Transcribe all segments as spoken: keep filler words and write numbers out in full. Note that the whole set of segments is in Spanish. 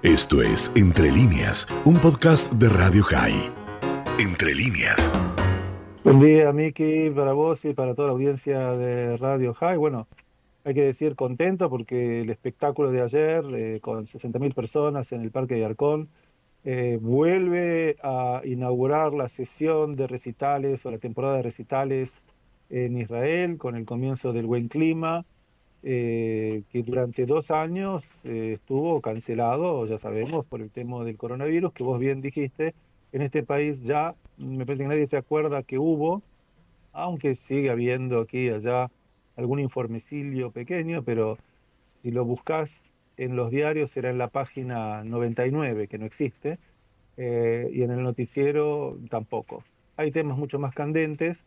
Esto es Entre Líneas, un podcast de Radio High. Entre Líneas. Buen día, Miki, para vos y para toda la audiencia de Radio High. Bueno, hay que decir contento porque el espectáculo de ayer, eh, con sesenta mil personas en el Parque de Arcón, eh, vuelve a inaugurar la sesión de recitales o la temporada de recitales en Israel con el comienzo del buen clima, eh, que durante dos años eh, estuvo cancelado, ya sabemos, por el tema del coronavirus, que vos bien dijiste. En este país ya me parece que nadie se acuerda que hubo, aunque sigue habiendo aquí y allá algún informecillo pequeño, pero si lo buscas en los diarios será en la página noventa y nueve, que no existe, eh, y en el noticiero tampoco. Hay temas mucho más candentes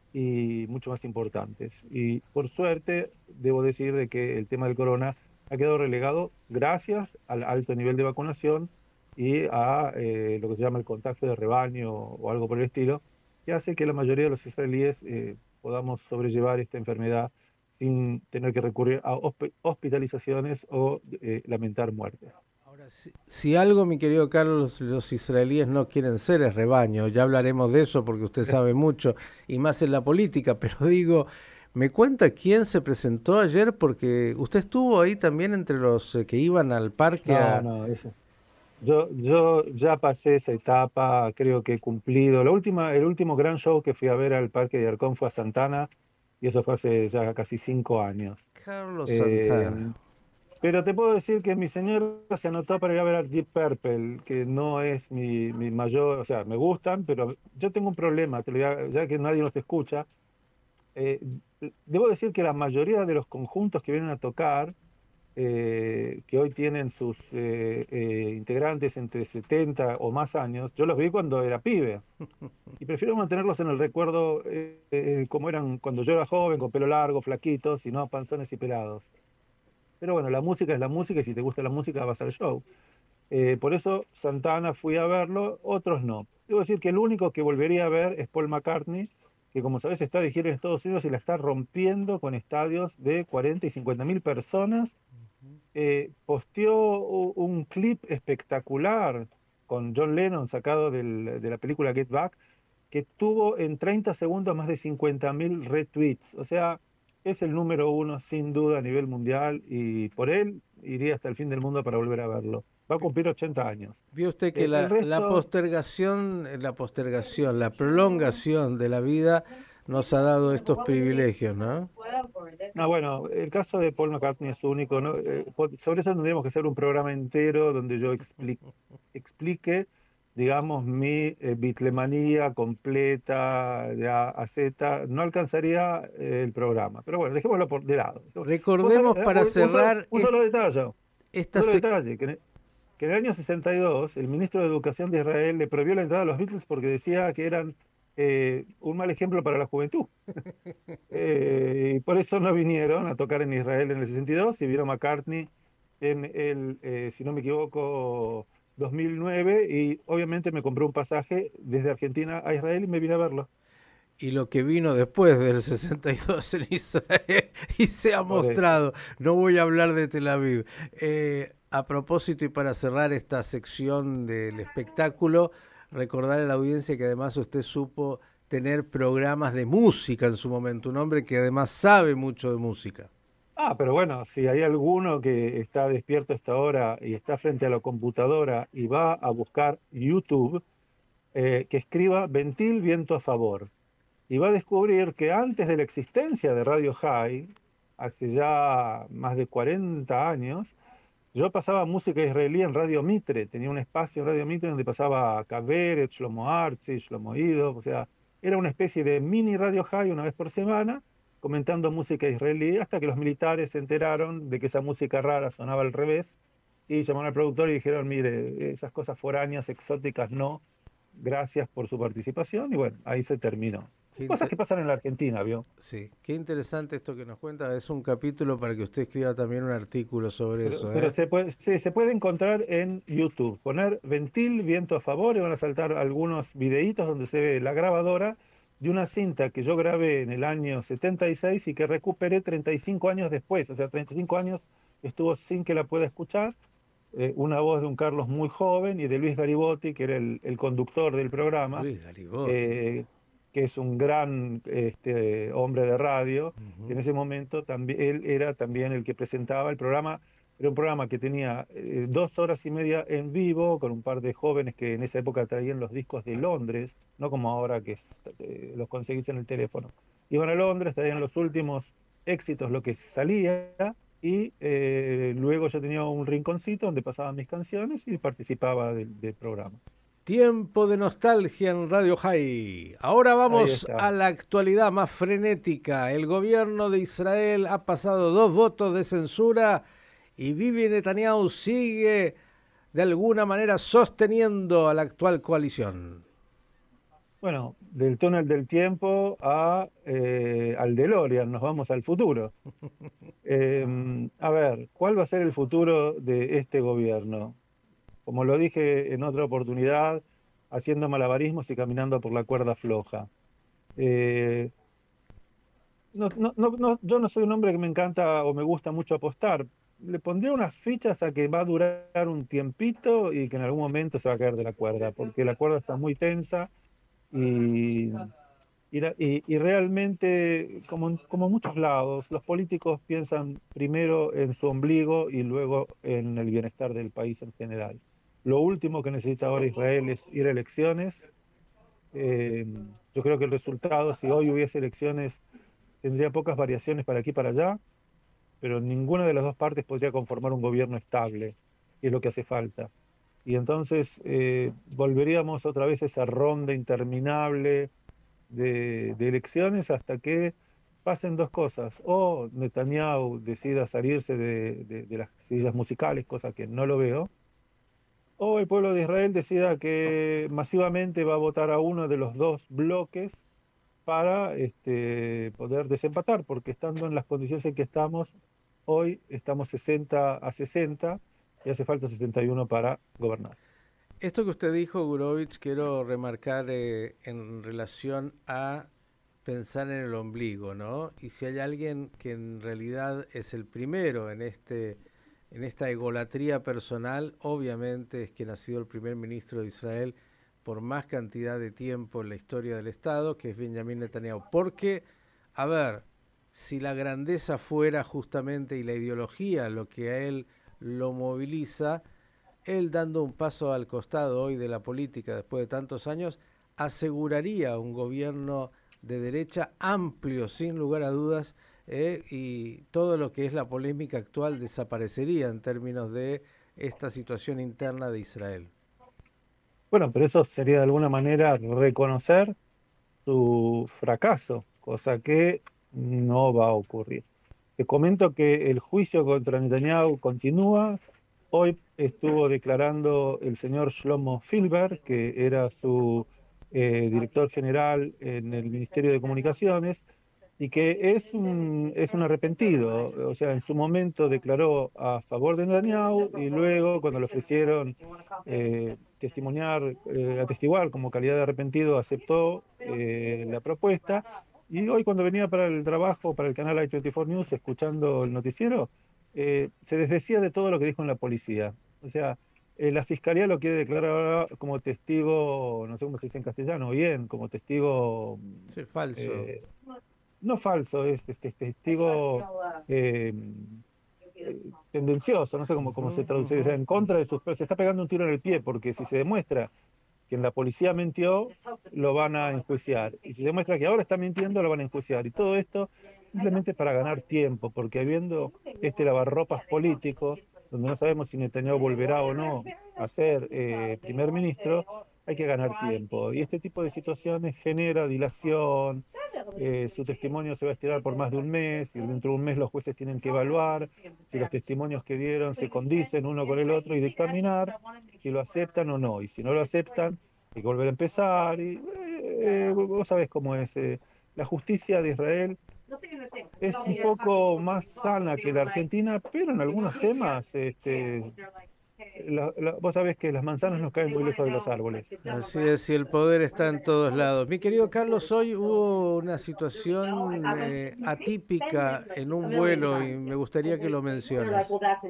y mucho más importantes. Y por suerte, debo decir de que el tema del corona ha quedado relegado gracias al alto nivel de vacunación y a eh, lo que se llama el contagio de rebaño o algo por el estilo, que hace que la mayoría de los israelíes eh, podamos sobrellevar esta enfermedad sin tener que recurrir a hosp- hospitalizaciones o eh, lamentar muertes. Ahora, si, si algo, mi querido Carlos, los israelíes no quieren ser es rebaño. Ya hablaremos de eso porque usted sabe mucho, y más en la política, pero digo, ¿me cuenta quién se presentó ayer? Porque usted estuvo ahí también entre los eh, que iban al parque No, a... no, eso. Yo, yo ya pasé esa etapa, creo que he cumplido. La última, el último gran show que fui a ver al Parque de Arcón fue a Santana, y eso fue hace ya casi cinco años. Carlos Eh, Santana. pero te puedo decir que mi señora se anotó para ir a ver a Deep Purple, que no es mi, mi mayor, o sea, me gustan, pero yo tengo un problema, te lo voy a- ya que nadie nos escucha. Eh, Debo decir que la mayoría de los conjuntos que vienen a tocar, eh, que hoy tienen sus eh, eh, integrantes entre setenta o más años, yo los vi cuando era pibe y prefiero mantenerlos en el recuerdo eh, eh, como eran cuando yo era joven, con pelo largo, flaquitos y no panzones y pelados. Pero bueno, la música es la música y si te gusta la música vas al show. Eh, por eso Santana fui a verlo, otros no. Debo decir que el único que volvería a ver es Paul McCartney, que como sabes está de gira en Estados Unidos y la está rompiendo con estadios de cuarenta y cincuenta mil personas. Eh, posteó u- un clip espectacular con John Lennon sacado del- de la película Get Back, que tuvo en treinta segundos más de cincuenta mil retweets. O sea, es el número uno sin duda a nivel mundial y por él iría hasta el fin del mundo para volver a verlo. Va a cumplir ochenta años. Vio usted que Eh, el la, la resto, postergación, la postergación, la prolongación de la vida nos ha dado estos privilegios, ¿no? no, bueno, el caso de Paul McCartney es único, ¿no? Eh, po- sobre eso tendríamos que hacer un programa entero donde yo expli- explique, digamos, mi eh, bitlemanía completa de A a Z. No alcanzaría eh, el programa, pero bueno, dejémoslo por de lado. Vos sabés, Recordemos eh, para un, un solo, cerrar un es- solo detalle, un esta solo sec- detalle, que en, que en el año sesenta y dos el ministro de Educación de Israel le prohibió la entrada a los Beatles porque decía que eran eh, un mal ejemplo para la juventud. Eh, y por eso no vinieron a tocar en Israel en el sesenta y dos y vino McCartney en el, eh, si no me equivoco, dos mil nueve y obviamente me compré un pasaje desde Argentina a Israel y me vine a verlo. y lo que vino después del sesenta y dos en Israel y se ha Por eso. mostrado. No voy a hablar de Tel Aviv. Eh, a propósito y para cerrar esta sección del espectáculo, recordar a la audiencia que además usted supo tener programas de música en su momento, un hombre que además sabe mucho de música. Ah, pero bueno, si hay alguno que está despierto a esta hora y está frente a la computadora y va a buscar YouTube, eh, que escriba Ventil Viento a Favor. Y va a descubrir que antes de la existencia de Radio High, hace ya más de cuarenta años, yo pasaba música israelí en Radio Mitre, tenía un espacio en Radio Mitre donde pasaba Kaveret, Shlomo Artzi, Shlomo Ido, o sea, era una especie de mini Radio High una vez por semana, comentando música israelí, hasta que los militares se enteraron de que esa música rara sonaba al revés, y llamaron al productor y dijeron, mire, esas cosas foráneas, exóticas, no, gracias por su participación, y bueno, ahí se terminó. Qué Cosas inte- que pasan en la Argentina, ¿vio? sí, qué interesante esto que nos cuenta. Es un capítulo para que usted escriba también un artículo sobre Pero, eso, pero ¿eh? se puede, sí, se puede encontrar en YouTube. Poner Ventil, Viento a Favor y van a saltar algunos videitos donde se ve la grabadora de una cinta que yo grabé en el año setenta y seis y que recuperé treinta y cinco años después. O sea, treinta y cinco años estuvo sin que la pueda escuchar. eh, una voz de un Carlos muy joven y de Luis Garibotti, que era el, el conductor del programa, Luis Garibotti. eh, que es un gran este, hombre de radio. Y en Ujú. ese momento también, él era también el que presentaba el programa. Era un programa que tenía eh, dos horas y media en vivo, con un par de jóvenes que en esa época traían los discos de Londres, no como ahora que es, eh, los conseguís en el teléfono. Iban a Londres, traían los últimos éxitos, lo que salía, y eh, luego yo tenía un rinconcito donde pasaban mis canciones y participaba del, del programa. Tiempo de nostalgia en Radio High. Ahora Ahí vamos está. a la actualidad más frenética. El gobierno de Israel ha pasado dos votos de censura y Bibi Netanyahu sigue de alguna manera sosteniendo a la actual coalición. Bueno, del túnel del tiempo a, eh, al DeLorean, nos vamos al futuro. Eh, a ver, ¿cuál va a ser el futuro de este gobierno? Como lo dije en otra oportunidad, haciendo malabarismos y caminando por la cuerda floja. Eh, no, no, no, no, yo no soy un hombre que me encanta o me gusta mucho apostar. Le pondría unas fichas a que va a durar un tiempito y que en algún momento se va a caer de la cuerda, porque la cuerda está muy tensa y Y, la- y- y realmente, como en, como en muchos lados, los políticos piensan primero en su ombligo y luego en el bienestar del país en general. Lo último que necesita ahora Israel es ir a elecciones. Eh, yo creo que el resultado, si hoy hubiese elecciones, tendría pocas variaciones para aquí y para allá, pero ninguna de las dos partes podría conformar un gobierno estable, que es lo que hace falta. Y entonces eh, volveríamos otra vez a esa ronda interminable de, de elecciones hasta que pasen dos cosas. O Netanyahu decida salirse de, de- de las sillas musicales, cosa que no lo veo, o el pueblo de Israel decida que masivamente va a votar a uno de los dos bloques para este, poder desempatar, porque estando en las condiciones en que estamos, hoy estamos sesenta a sesenta y hace falta sesenta y uno para gobernar. Esto que usted dijo, Gurovich, quiero remarcar eh, en relación a pensar en el ombligo, ¿no? Y si hay alguien que en realidad es el primero en este en esta egolatría personal, obviamente es quien ha sido el primer ministro de Israel por más cantidad de tiempo en la historia del Estado, que es Benjamín Netanyahu. Porque, a ver, si la grandeza fuera justamente y la ideología lo que a él lo moviliza, él dando un paso al costado hoy de la política después de tantos años, aseguraría un gobierno de derecha amplio, sin lugar a dudas, eh, y todo lo que es la polémica actual desaparecería en términos de esta situación interna de Israel. Bueno, pero eso sería de alguna manera reconocer su fracaso, cosa que no va a ocurrir. Te comento que el juicio contra Netanyahu continúa. Hoy estuvo declarando el señor Shlomo Filber, que era su eh, director general en el Ministerio de Comunicaciones, y que es un, es un arrepentido. O sea, en su momento declaró a favor de Netanyahu y luego, cuando le ofrecieron eh, testimoniar, eh, atestiguar como calidad de arrepentido, aceptó eh, la propuesta. Y hoy cuando venía para el trabajo, para el canal i veinticuatro News, escuchando el noticiero, eh, se desdecía de todo lo que dijo en la policía. O sea, eh, la fiscalía lo quiere declarar ahora como testigo, no sé cómo se dice en castellano, bien, como testigo, Sí, falso. eh, no falso, es, es- es testigo eh, eh, tendencioso, no sé cómo, cómo se Ujú, traduce, o sea, ujú, en contra ujú. de sus, se está pegando un tiro en el pie, porque si se demuestra que en la policía mintió, lo van a enjuiciar. Y si demuestra que ahora está mintiendo, lo van a enjuiciar. Y todo esto simplemente para ganar tiempo, porque habiendo este lavarropas político, donde no sabemos si Netanyahu volverá o no a ser eh, primer ministro, hay que ganar tiempo. Y este tipo de situaciones genera dilación, eh, su testimonio se va a estirar por más de un mes, y dentro de un mes los jueces tienen que evaluar si los testimonios que dieron se condicen uno con el otro y dictaminar si lo aceptan o no. Y si no lo aceptan, hay que volver a empezar. Y eh, vos sabés cómo es. Eh, la justicia de Israel es un poco más sana que la Argentina, pero en algunos temas este, la- la- vos sabés que las manzanas no caen muy lejos de los árboles. Así es, y el poder está en todos lados. Mi querido Carlos, hoy hubo una situación eh, atípica en un vuelo y me gustaría que lo menciones.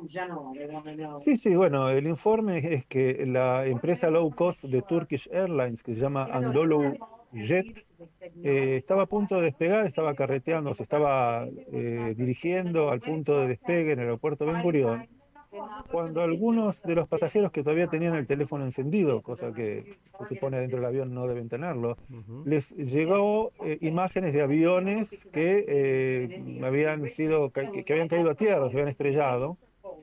Sí, sí, bueno, el informe es que la empresa low cost de Turkish Airlines, que se llama Anadolu Jet, eh, estaba a punto de despegar, estaba carreteando, se estaba eh, dirigiendo al punto de despegue en el aeropuerto Ben Gurión, cuando algunos de los pasajeros que todavía tenían el teléfono encendido, cosa que se supone dentro del avión no deben tenerlo, Ujú. les llegó eh, imágenes de aviones que eh, habían sido, ca- que, que habían caído a tierra, se habían estrellado,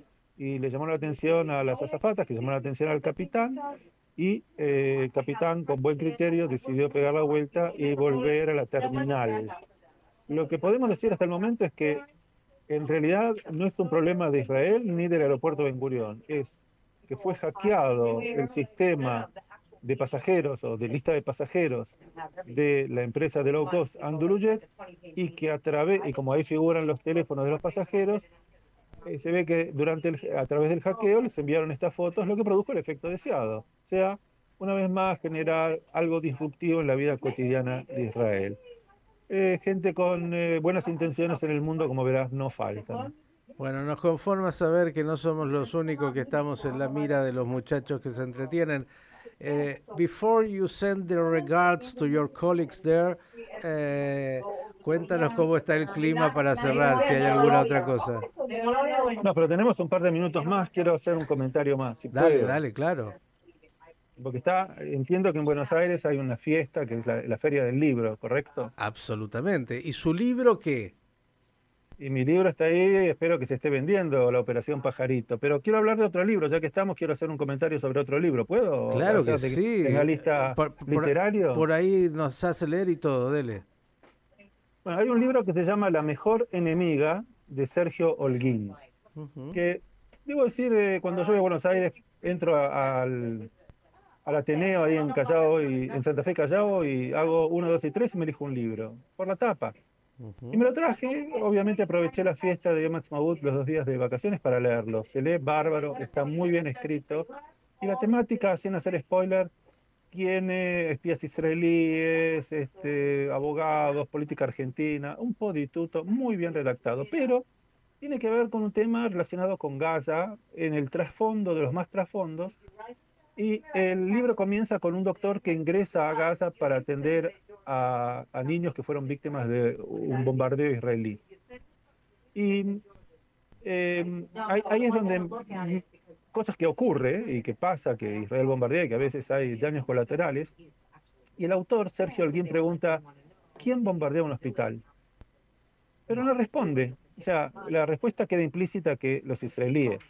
y le llamó la atención a las azafatas, que llamó la atención al capitán, y eh, el capitán, con buen criterio, decidió pegar la vuelta y volver a la terminal. Lo que podemos decir hasta el momento es que en realidad no es un problema de Israel ni del aeropuerto Ben Gurión, es que fue hackeado el sistema de pasajeros o de lista de pasajeros de la empresa de low cost Andulujet, y que a través, y como ahí figuran los teléfonos de los pasajeros, eh, se ve que durante el, a través del hackeo les enviaron estas fotos, lo que produjo el efecto deseado. O sea, una vez más generar algo disruptivo en la vida cotidiana de Israel. Eh, gente con eh, buenas intenciones en el mundo, como verás, no faltan. Bueno, nos conforma saber que no somos los únicos que estamos en la mira de los muchachos que se entretienen. Eh, before you send the regards to your colleagues there, eh, cuéntanos cómo está el clima para cerrar, si hay alguna otra cosa. No, pero tenemos un par de minutos más, quiero hacer un comentario más, si Dale, puedo. dale, claro. Porque está, entiendo que en Buenos Aires hay una fiesta que es la, la Feria del Libro, ¿correcto? Absolutamente. ¿Y su libro qué? Y mi libro está ahí, espero que se esté vendiendo, La Operación Pajarito. Pero quiero hablar de otro libro, ya que estamos, quiero hacer un comentario sobre otro libro. ¿Puedo Claro que hacer de sí. finalista Por, por- literario? por ahí nos hace leer y todo, dele. Bueno, hay un libro que se llama La Mejor Enemiga, de Sergio Holguín, Ujú. que, debo decir, eh, cuando yo voy a Buenos Aires, entro a- al, al Ateneo ahí en Callao, y, en Santa Fe Callao, y hago uno, dos y tres y me elijo un libro, por la tapa. Y me lo traje, obviamente aproveché la fiesta de Yom Ha'atzmaut, los dos días de vacaciones, para leerlo. Se lee bárbaro, está muy bien escrito. Y la temática, sin hacer spoiler, tiene espías israelíes, este, abogados, política argentina, un podituto muy bien redactado, pero tiene que ver con un tema relacionado con Gaza, en el trasfondo de los más trasfondos. Y el libro comienza con un doctor que ingresa a Gaza para atender a, a niños que fueron víctimas de un bombardeo israelí. Y eh, ahí, ahí es donde mm, cosas que ocurre y que pasa, que Israel bombardea y que a veces hay daños colaterales. Y el autor, Sergio Holguín, pregunta, ¿quién bombardea un hospital? Pero no responde. O sea, la respuesta queda implícita, que los israelíes.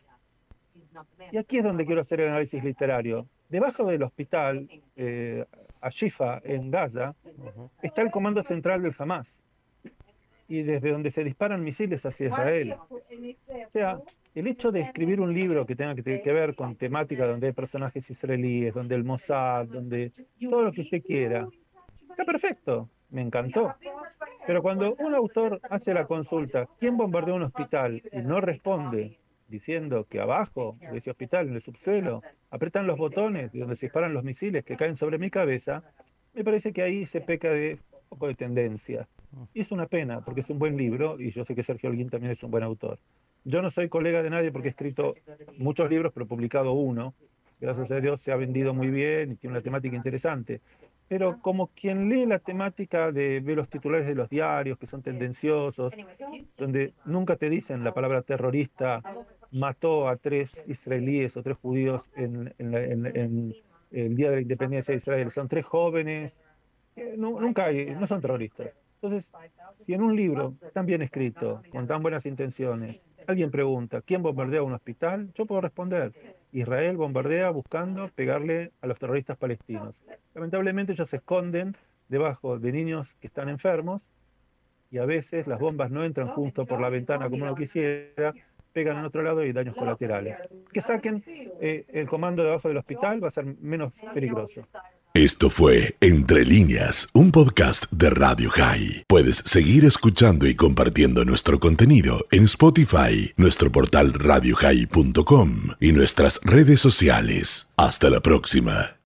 Y aquí es donde quiero hacer el análisis literario. Debajo del hospital, eh, Ashifa, en Gaza, está el comando central del Hamas, y desde donde se disparan misiles hacia Israel. O sea, el hecho de escribir un libro que tenga que, que ver con temática donde hay personajes israelíes, donde el Mossad, donde todo lo que usted quiera, está perfecto, me encantó. Pero cuando un autor hace la consulta, ¿quién bombardeó un hospital?, y no responde, diciendo que abajo de ese hospital, en el subsuelo, apretan los botones de donde se disparan los misiles que caen sobre mi cabeza, me parece que ahí se peca de un poco de tendencia. Y es una pena, porque es un buen libro, y yo sé que Sergio Holguín también es un buen autor. Yo no soy colega de nadie porque he escrito muchos libros, pero he publicado uno. Gracias a Dios se ha vendido muy bien y tiene una temática interesante. Pero como quien lee la temática de, ve los titulares de los diarios, que son tendenciosos, donde nunca te dicen la palabra terrorista, mató a tres israelíes o tres judíos en, en la- en- en el día de la independencia de Israel, son tres jóvenes, eh, no, nunca hay, no son terroristas. Entonces, si en un libro tan bien escrito, con tan buenas intenciones, alguien pregunta, ¿quién bombardea un hospital?, yo puedo responder, Israel bombardea buscando pegarle a los terroristas palestinos. Lamentablemente ellos se esconden debajo de niños que están enfermos, y a veces las bombas no entran justo por la ventana como uno quisiera, pegan en otro lado y hay daños colaterales. Que saquen eh, el comando debajo del hospital, va a ser menos peligroso. Esto fue Entre Líneas, un podcast de Radio High. Puedes seguir escuchando y compartiendo nuestro contenido en Spotify, nuestro portal radio high punto com y nuestras redes sociales. Hasta la próxima.